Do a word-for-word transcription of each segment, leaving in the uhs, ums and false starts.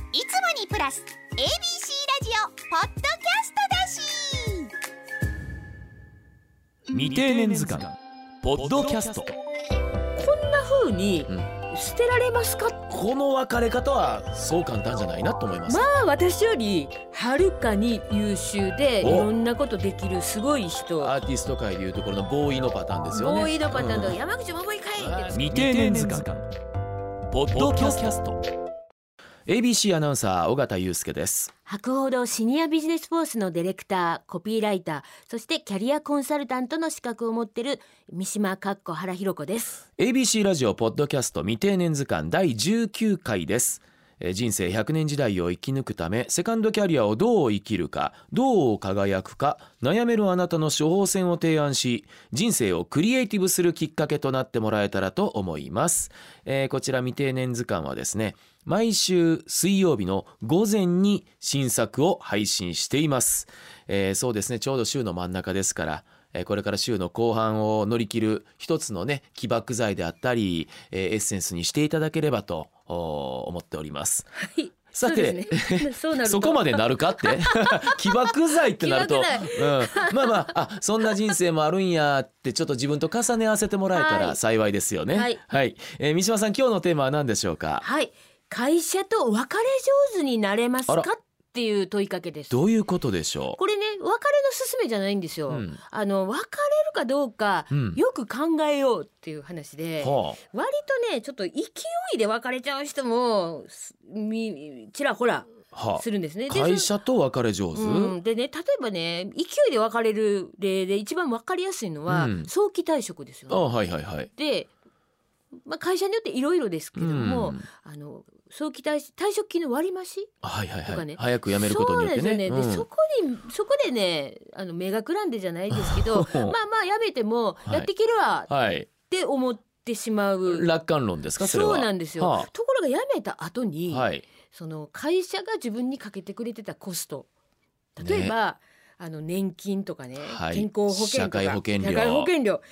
いつもにプラス エービーシー ラジオポッドキャストだし。 未定年図鑑ポッドキャスト。 こんな風に捨てられますか、 うん、この別れ方はそう簡単じゃないなと思います。 まあ私よりはるかに優秀でいろんなことできるすごい人。 アーティスト界でいうところのボーイのパターンですよね。 ボーイのパターンと、 うん、 山口百恵かいって未定年図鑑ポッドキャスト。 エービーシー アナウンサー尾形祐介です。 博報堂シニアビジネスフォースのディレクター、コピーライター、そしてキャリアコンサルタントの資格を持っている三島かっこ原ひろ子です。 エービーシー ラジオポッドキャスト未定年図鑑だいじゅうきゅうかいです。人生ひゃくねん時代を生き抜くためセカンドキャリアをどう生きるか、どう輝くか悩めるあなたの処方箋を提案し、人生をクリエイティブするきっかけとなってもらえたらと思います。えー、こちら未定年図鑑はですね、毎週水曜日の午前に新作を配信しています。えー、そうですね、ちょうど週の真ん中ですから、これから週の後半を乗り切る一つのね起爆剤であったり、エッセンスにしていただければと思っております。 はい、 さてそ, ね、そ, そこまでなるかって起爆剤ってなると、うん、まあまあ、あ、そんな人生もあるんやってちょっと自分と重ね合わせてもらえたら幸いですよね。はい、はい、えー、三島さん、今日のテーマは何でしょうか？ はい、会社と別れ上手になれますかっていう問いかけです。 どういうことでしょう？ これね、別れの勧めじゃないんですよ、うん、あの別れるかどうか、うん、よく考えようっていう話で、はあ、割とねちょっと勢いで別れちゃう人もちらほらするんですね。 はあ、会社と別れ上手、 うん、でね、例えばね勢いで別れる例で一番分かりやすいのは、うん、早期退職ですよね。あ、はいはいはい。で、まあ、会社によっていろいろですけども、うん、あの早期 退, 退職金の割増しとかね、はいはいはい、 早く辞めることによってね。そうですよね、 うん、でそこにそこでねあの目がくらんでじゃないですけどまあまあ辞めてもやっていけるわって思ってしまう、はい、 楽観論ですか？それはそうなんですよ、はあ、ところが辞めた後に、 はい、 その会社が自分にかけてくれてたコスト、例えば、ね、あの年金とかね、はい、健康保険とか社会保険料、 社会保険料、 うん、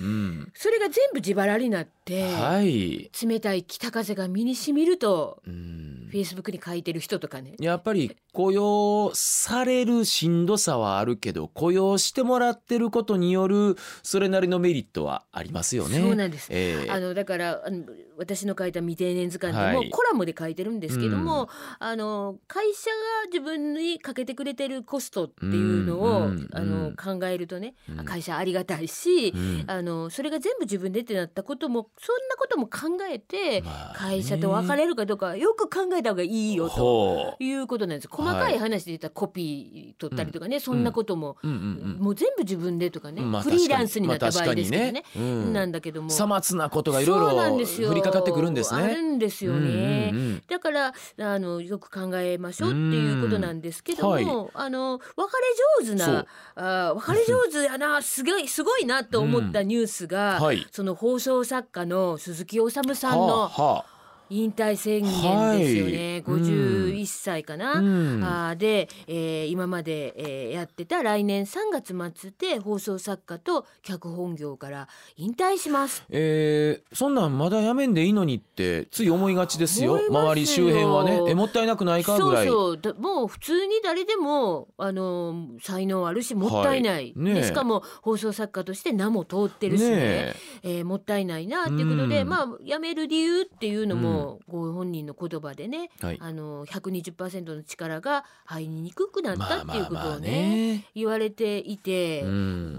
それが全部自腹になって、 はい、 冷たい北風が身に染みると、 うん、 フェイスブックに書いてる人とかね、 やっぱり雇用されるしんどさはあるけど、雇用してもらってることによるそれなりのメリットはありますよね。 そうなんです、 えー、 あのだからあの私の書いた未定年図鑑でも、はい、コラムで書いてるんですけども、うん、あの会社が自分にかけてくれてるコストっていうのを、うん、あの考えるとね、うん、会社ありがたいし、うん、あのそれが全部自分でってなったことも、そんなことも考えて、まあ、会社と別れるかどうかよく考えた方がいいよということなんです。細かい話で言ったらコピー取ったりとかね、はい、そんなことも、うんうんうん、もう全部自分でとかね、まあ、フリーランスになった場合ですけどね、まあ、ね、うん、なんだけどもさまつなことがいろいろ降りかかってくるんですね。 あるんですよね、うんうんうん、だからあのよく考えましょうっていうことなんですけども、はい、あの別れ上手なあ別れ上手やなすごいすごいなと思ったニュースが、うん、はい、その放送作家の鈴木おさむさんの、はあはあ、引退宣言ですよね、はい、ごじゅういっさいかな、うん、あで、えー、今まで、えー、やってた来年さんがつ末で放送作家と脚本業から引退します。 えー、そんなんまだやめんでいいのにってつい思いがちですよ。周り周辺はね、えもったいなくないかぐらい。 そうそう、もう普通に誰でもあの才能あるしもったいない、はいね、しかも放送作家として名も通ってるしね、ねえー、もったいないなっていうことで、うん、まあやめる理由っていうのも、うん、ご本人の言葉でね、はい、あの ひゃくにじゅっパーセント の力が入りにくくなったっていうことをね、まあまあまあね言われていて、うん、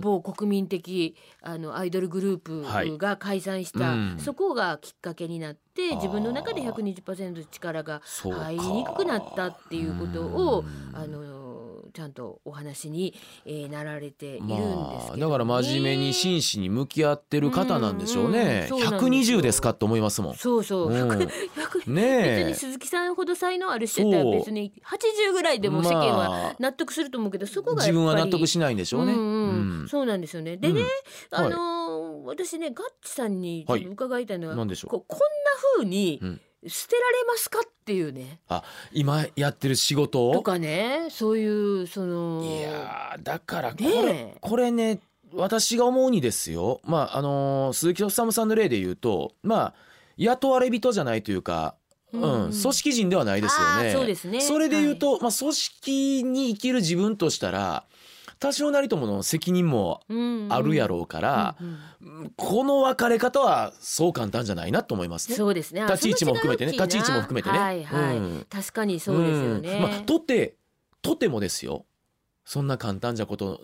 某国民的あのアイドルグループが解散した、はい、うん、そこがきっかけになって自分の中で ひゃくにじゅっパーセント の力が入りにくくなったっていうことをあのちゃんとお話に、えー、なられているんですけど、ね、 まあ、だから真面目に真摯に向き合ってる方なんでしょうね、うんうん、ひゃくにじゅうですかって思いますもん。 そうそう、うん、ね、別に鈴木さんほど才能ある人やったら別にはちじゅうぐらいでも世間は納得すると思うけど、そこがやっぱり自分は納得しないんでしょうね、うんうんうん、そうなんですよね。でね、うん、あのーはい、私ねガッチさんに伺いたいのは、はい、何でしょう、こ, こんな風に、うん、捨てられますかっていうね、 あ、今やってる仕事とかね、そういうそのいやだからこれ、ね、これね私が思うにですよ、まああのー、鈴木おさむさんの例で言うと、まあ雇われ人じゃないというか、 うん、組織人ではないですよね。 そうですね。 それで言うと、はい、まあ、組織に生きる自分としたら多少なりともの責任もあるやろうから、うんうん、この別れ方はそう簡単じゃないなと思いますね。 そうですね。 立ち位置も含めてね、立ち位置も含めてね、 はいはい、うん、確かにそうですよね。 うん、まあ、とてとてもですよ、そんな簡単じゃこと、うん、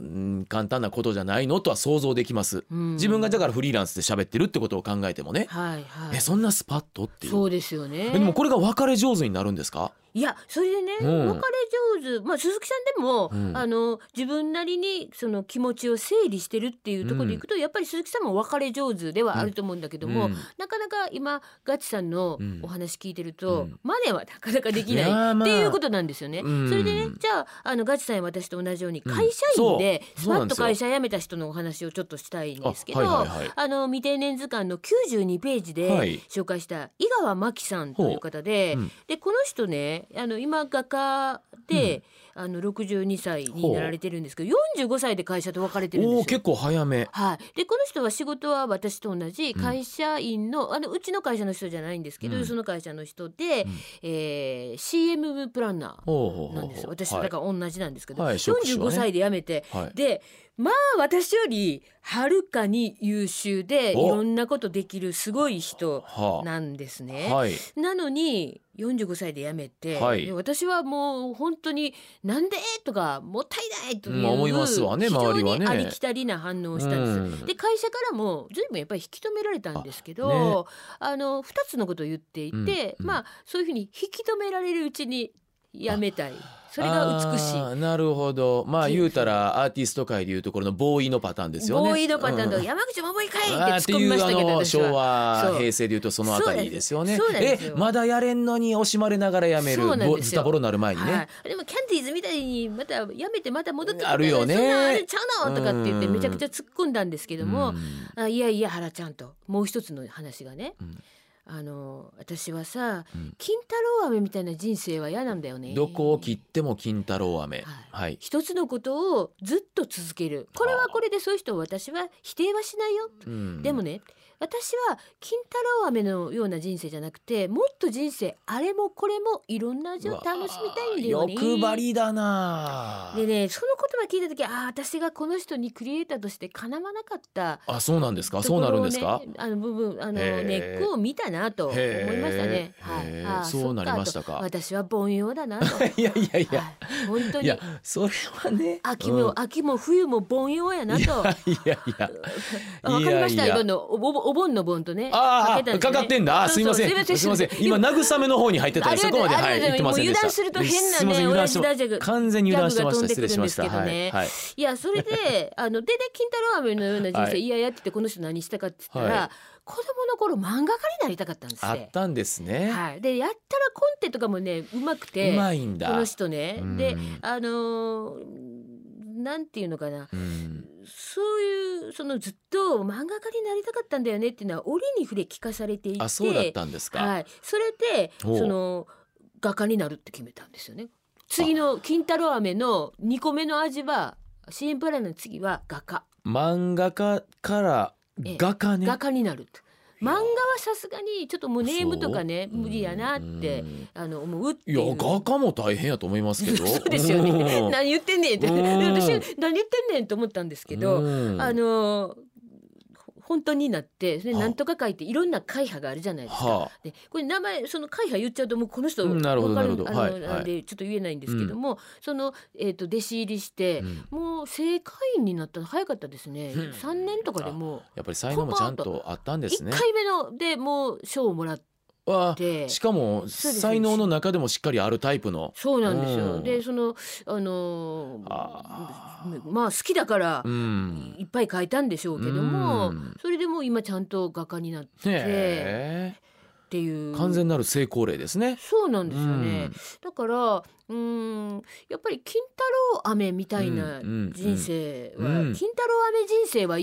簡単なことじゃないのとは想像できます、うん、自分がだからフリーランスで喋ってるってことを考えてもね、はいはい、えそんなスパッとっていう。 そうですよね。 でもこれが別れ上手になるんですか？ いやそれでね、うん、別れ上手、まあ、鈴木さんでも、うん、あの自分なりにその気持ちを整理してるっていうところでいくと、うん、やっぱり鈴木さんも別れ上手ではあると思うんだけども、うん、なかなか今ガチさんのお話聞いてると、うん、マネはなかなかできないっていうことなんですよね、まあ、それでね、じゃあ、あのガチさんや私と同じように会社員でスパッと会社辞めた人のお話をちょっとしたいんですけど、あ、はいはいはい、あの未定年図鑑のきゅうじゅうにページで紹介した井川真紀さんという方で、はい、でこの人ね、あの今画家で、うん、あのろくじゅうにさいになられてるんですけど、よんじゅうごさいで会社と別れてるんですよ。 お、結構早め、 はい、でこの人は仕事は私と同じ会社員の、うん、あのうちの会社の人じゃないんですけど、うん、その会社の人で、うん、えー、シーエム プランナーなんですよ。私とだから同じなんですけど、はい、よんじゅうごさいで辞めて、はい、でまあ私よりはるかに優秀でいろんなことできるすごい人なんですね、はい、なのによんじゅうごさいで辞めて、はい、で私はもう本当になんでとかもったいないという、まあ思いますわね、非常にありきたりな反応をしたんです、うん、で会社からも随分やっぱり引き止められたんですけど、あ、ね、あのふたつのことを言っていて、うん、まあそういうふうに引き止められるうちに辞めたい、それが美しい。 あ、なるほど。まあ言うたらアーティスト界でいうところのボーイのパターンですよね。 ボーイのパターンと、うん、山口百恵かいって突っ込みましたけど、 昭和平成でいうとそのあたりですよね。え、まだやれんのに惜しまれながらやめる、ズタボロになる前にね、はい、でもキャンディーズみたいにまたやめてまた戻ってくるあるよね、 そんなあれちゃうのとかって言ってめちゃくちゃ突っ込んだんですけども、あ、いやいや原ちゃんともう一つの話がね、うん、あの私はさ、うん、金太郎飴みたいな人生は嫌なんだよね。 どこを切っても金太郎飴、はいはい、一つのことをずっと続ける、これはこれでそういう人を私は否定はしないよ、うん、でもね私は金太郎飴のような人生じゃなくて、もっと人生あれもこれもいろんな味を楽しみたいんだよね。 欲張りだな。 でね、その言葉聞いた時、ああ私がこの人にクリエイターとしてかなわなかった、 あ、そうなんですか、そうなるんですか、 あの部分、あの根っこを見たなと思いましたね、はい、あ、 そうなりましたか。 私は凡庸だなといやいやいや、 はい、本当に、いやそれはね、 秋も、うん、秋も冬も凡庸やなと。いやいやいや、 わかりました。今のおお盆の盆とね、 ああ、かかってんだ。あ、すいません、すいません、今慰めの方に入ってたり、そこまではい言ってませんでした。 油断すると変なね、親父ダジャグ完全に油断してました。失礼しました。 はい、はい、いやそれであのでで金太郎飴のような人生嫌やってて、この人何したかって言ったら、はい、子供の頃漫画家になりたかったんですって。 あったんですね。 はい、でやったらコンテとかもねうまくて、 うまいんだこの人ね。であのーなんていうのかな、うん、そういうそのずっと漫画家になりたかったんだよねっていうのは折に触れ聞かされていて、 あ、そうだったんですか。 はい、それでその画家になるって決めたんですよね。次の金太郎飴のにこめの味は シーエム プランの次は画家、 漫画家から画家ね、 画家になると。漫画はさすがにちょっともうネームとかね無理やなってあの思うっていう。 いや画家も大変やと思いますけど。 そうですよね。何言ってんねんって私何言ってんねんと思ったんですけど、あの本当になってそれなんとか会っていろんな会派があるじゃないですか、はあ、でこれ名前その会派言っちゃうともうこの人分かる、うん、なるほど、あの、はい、でちょっと言えないんですけども、うん、その、えーと、弟子入りして、うん、もう正会員になったの早かったですね、うん、さんねんとかでもやっぱり才能もちゃんとあったんですね。 いっかいめのでもう賞をもらってはしかも才能の中でもしっかりあるタイプの。 そうなんですよ、うん、でそのあのあまあ好きだからいっぱい書いたんでしょうけども、うん、それでも今ちゃんと画家になってっていう完全なる成功例ですね。 そうなんですよね、うん、だからうーんやっぱり金太郎飴みたいな人生は、うんうんうん、金太郎飴人生は嫌って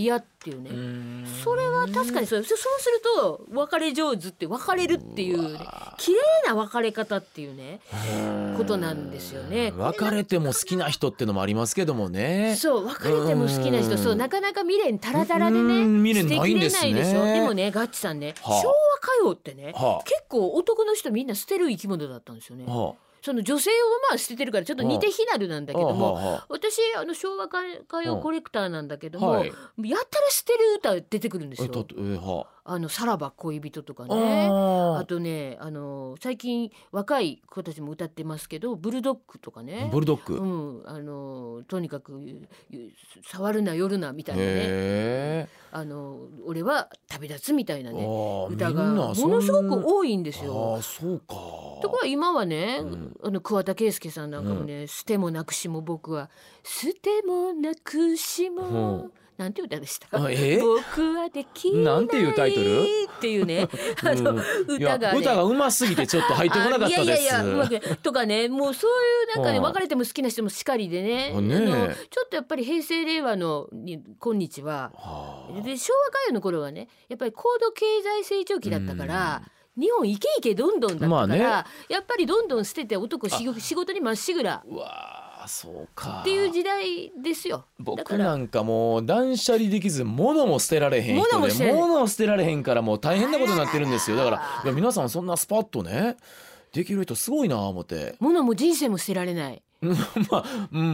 っていうね、それは確かにそう。そうすると別れ上手って別れるっていう、ね、綺麗な別れ方っていうねことなんですよね。 別れても好きな人ってのもありますけどもね。 そう別れても好きな人、そうなかなか未練タラタラでね未練ないんですね。 捨てきれないでしょ。でもねガッチさんね、はあ、昭和歌謡ってね、はあ、結構男の人みんな捨てる生き物だったんですよね。はあその女性をまあ捨ててるからちょっと似て非なるなんだけども、はあはあ、私あの昭和歌謡コレクターなんだけども、はい、やったら捨てる歌出てくるんですよ。ええはあ、あのさらば恋人とかね、 あ, あとねあの最近若い子たちも歌ってますけどブルドッグとかね。 ブルドッグ、 うん、あのとにかく触るな夜なみたいなね、あの俺は旅立つみたいなね歌がものすごく多いんですよ。 あそうか。 ところが今はね、うん、あの桑田佳祐さんなんかもね、うん、捨てもなくしも僕は捨てもなくしも、うんなんて歌でした、えー、僕はできないなんていうタイトルっていうねあの、うん、歌がね歌がうますぎてちょっと入ってこなかったです。いやいやいやうまくとかねもうそういうなんかね別れても好きな人もしかりでね、あのちょっとやっぱり平成令和の今日はで昭和歌謡の頃はねやっぱり高度経済成長期だったから、うん、日本イケイケどんどんだったから、まあね、やっぱりどんどん捨てて男仕事にまっしぐら。 うわそうかっていう時代ですよ。 僕なんかもう断捨離できず物も捨てられへん人で物も捨てられへんからもう大変なことになってるんですよ。だからいや皆さんそんなスパッとねできる人すごいな思って。 物も人生も捨てられないまあ、うん、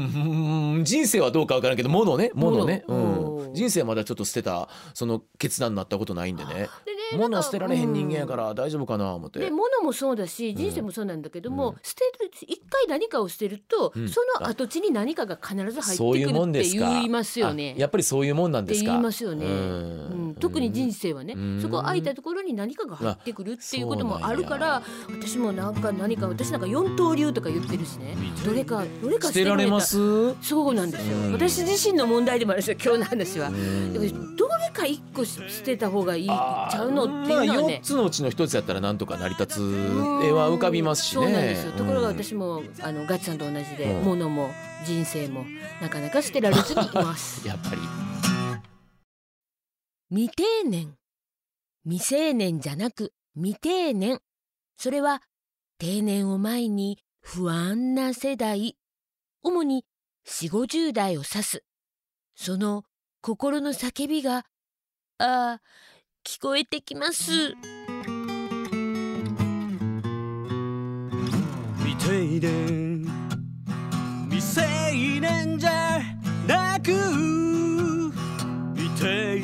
うん、人生はどうか分からんけど物ね物ね、うん、人生はまだちょっと捨てたその決断になったことないんでね。でね物捨てられへん人間やから大丈夫かな思って。 で物もそうだし人生もそうなんだけども、うん、捨てる一回何かを捨てると、うん、その跡地に何かが必ず入ってくるって言いますよね。 やっぱりそういうもんなんですか。 って言いますよね、うんうん、特に人生はね、うん、そこ空いたところに何かが入ってくるっていうこともあるから、私もなんか何か私なんか四刀流とか言ってるしね、どれかどれか捨てられます。 そうなんですよ、うん、私自身の問題でもあるんですよ今日の話は、うん、でもどれか一個捨てた方がいいちゃうのっていうのはね、まあ、 よっつのうちの一つやったらなんとか成り立つ絵は浮かびますしね。 そうなんですよ。ところが私もあのガッツさんと同じで、うん、物も人生もなかなか捨てられずにいますやっぱり未定年、未成年じゃなく未定年、それは定年を前に不安な世代、主によんじゅう、ごじゅう代を指す。その心の叫びが、ああ、聞こえてきます。 未定年、未成年じゃなく未定